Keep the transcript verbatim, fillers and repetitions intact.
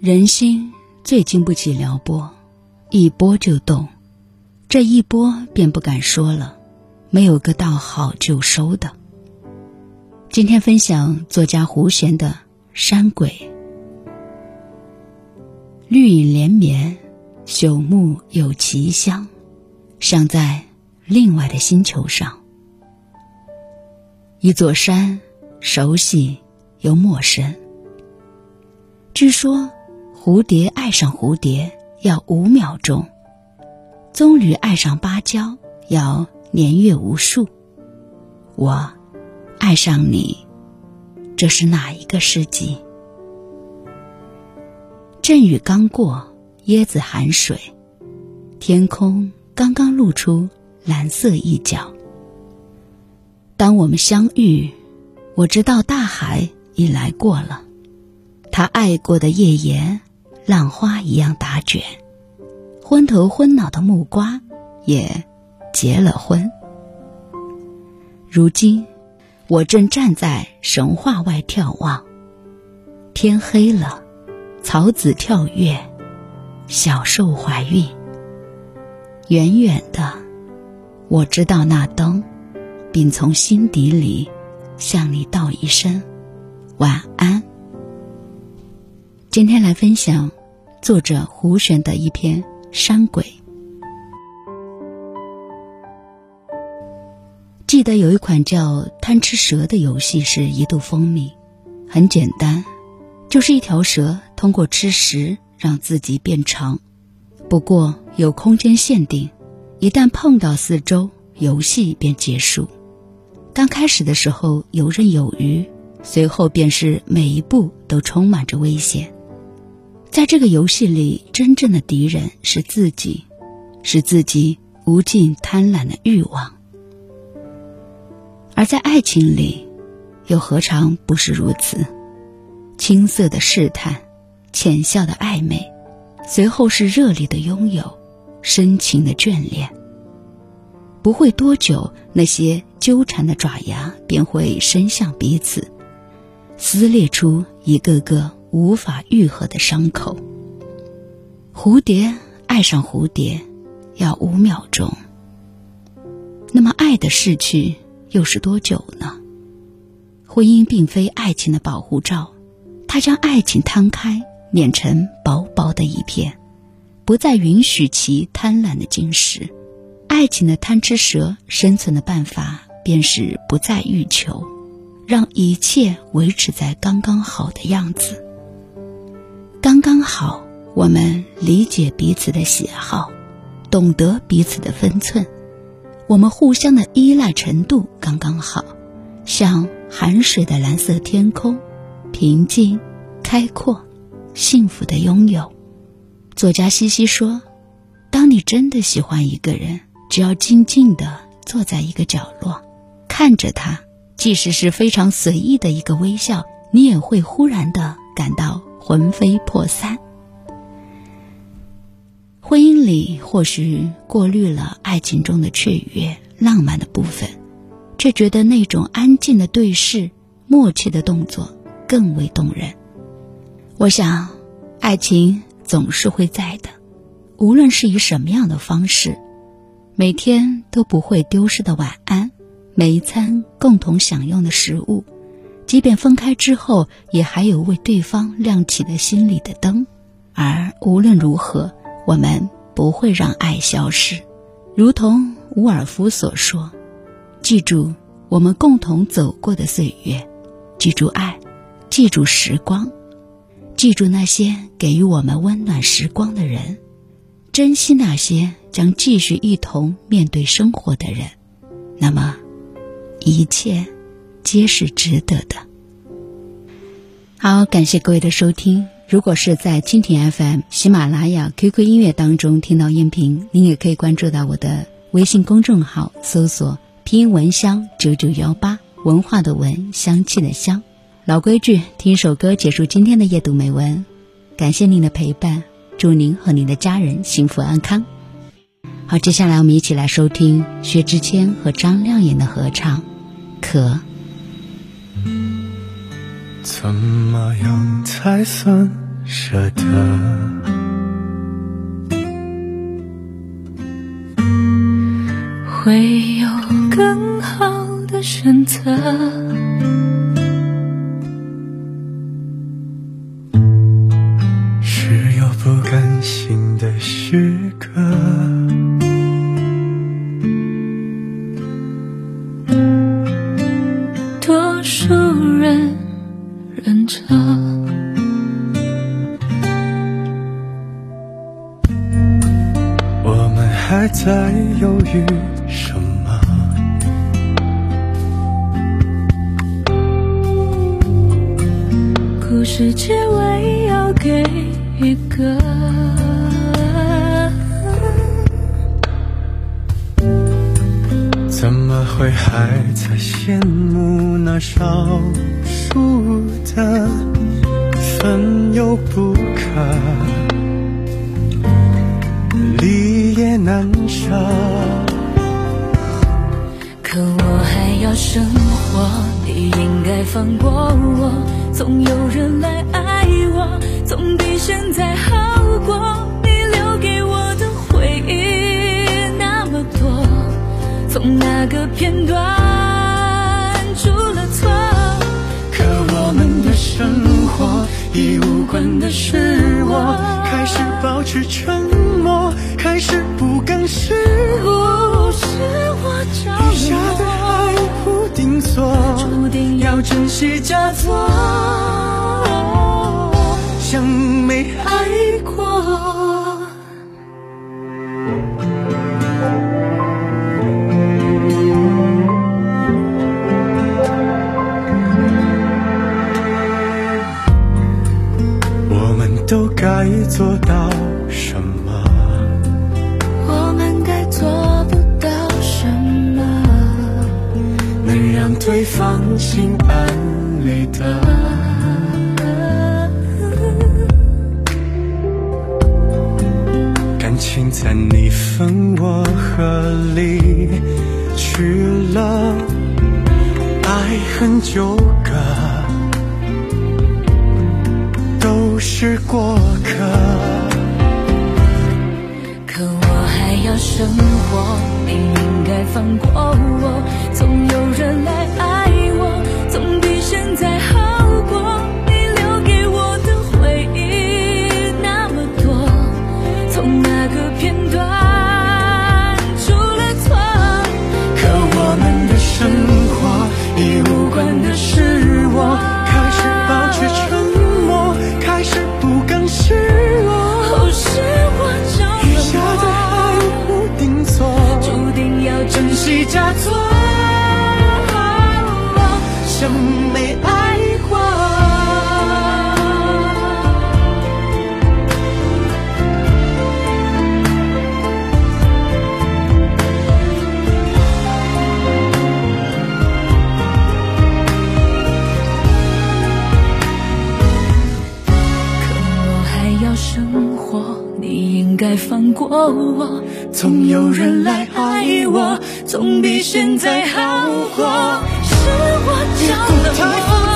人心最经不起撩拨，一波就动，这一波便不敢说了，没有个到好就收的。今天分享作家胡璇的《山鬼》。绿影连绵，朽木有奇香，像在另外的星球上。一座山，熟悉又陌生。据说蝴蝶爱上蝴蝶要五秒钟，棕榈爱上芭蕉要年月无数。我爱上你，这是哪一个世纪？阵雨刚过，椰子含水，天空刚刚露出蓝色一角。当我们相遇，我知道大海已来过了，他爱过的叶岩浪花一样打卷，昏头昏脑的木瓜也结了婚。如今我正站在神话外眺望，天黑了，草籽跳跃，小兽怀孕。远远的，我知道那灯，并从心底里向你道一声晚安。今天来分享作者胡璇的一篇《山鬼》。记得有一款叫贪吃蛇的游戏是一度风靡，很简单，就是一条蛇通过吃食让自己变长，不过有空间限定，一旦碰到四周，游戏便结束。刚开始的时候游刃有余，随后便是每一步都充满着危险。在这个游戏里，真正的敌人是自己，是自己无尽贪婪的欲望。而在爱情里，又何尝不是如此？青涩的试探，浅笑的暧昧，随后是热烈的拥有，深情的眷恋。不会多久，那些纠缠的爪牙便会伸向彼此，撕裂出一个个无法愈合的伤口。蝴蝶爱上蝴蝶要五秒钟，那么爱的逝去又是多久呢？婚姻并非爱情的保护罩，它将爱情摊开，碾成薄薄的一片，不再允许其贪婪的进食。爱情的贪吃蛇生存的办法便是不再欲求，让一切维持在刚刚好的样子。刚刚好，我们理解彼此的喜好，懂得彼此的分寸，我们互相的依赖程度刚刚好，像含水的蓝色天空，平静、开阔、幸福的拥有。作家西西说，当你真的喜欢一个人，只要静静地坐在一个角落，看着他，即使是非常随意的一个微笑，你也会忽然地感到魂飞魄散。婚姻里或许过滤了爱情中的雀跃、浪漫的部分，却觉得那种安静的对视、默契的动作更为动人。我想，爱情总是会在的，无论是以什么样的方式，每天都不会丢失的晚安，每一餐共同享用的食物，即便分开之后，也还有为对方亮起的心里的灯。而无论如何，我们不会让爱消失。如同伍尔夫所说，记住我们共同走过的岁月，记住爱，记住时光，记住那些给予我们温暖时光的人，珍惜那些将继续一同面对生活的人，那么一切皆是值得的。好，感谢各位的收听。如果是在蜻蜓 F M、 喜马拉雅、 Q Q 音乐当中听到音频，您也可以关注到我的微信公众号，搜索拼音文香九九一八，文化的文，香气的香。老规矩，听一首歌结束今天的夜读美文。感谢您的陪伴，祝您和您的家人幸福安康。好，接下来我们一起来收听薛之谦和张靓颖的合唱《可》。 怎么样才算舍得。 会有更好的选择， 是有不甘心的时刻， 多数人忍着。 我们还在犹豫什么？ 故事结尾要给一个， 怎么会还在羡慕那少数的分忧不可，离也难舍？ 可我还要生活，你应该放过我，总有人来爱我，总比现在好过。你留给我的回忆那么多，从那个片段出了错。 可我们的生活已无关的是我，开始保持沉默，开始不甘示弱， 是我着余下的爱不定错， 注定要珍惜假作， 像没爱过。我们都该做到什么？ 我们该做不到什么， 能让对方心安理得？感情在你分我合里去了，爱恨纠葛都是过客。 可我还要生活，你应该放过我，总有人来爱我，总比现在好过。你留给我的回忆那么多，从那个片段出了错。 可我们的生活已无关的是我，开始保持沉默，开始不甘示弱， 哦，是我着余下的爱不定错， 注定要珍惜假作， 像没爱过。 生活你应该放过我， 总有人来爱我， 总比现在好过。是我着了魔。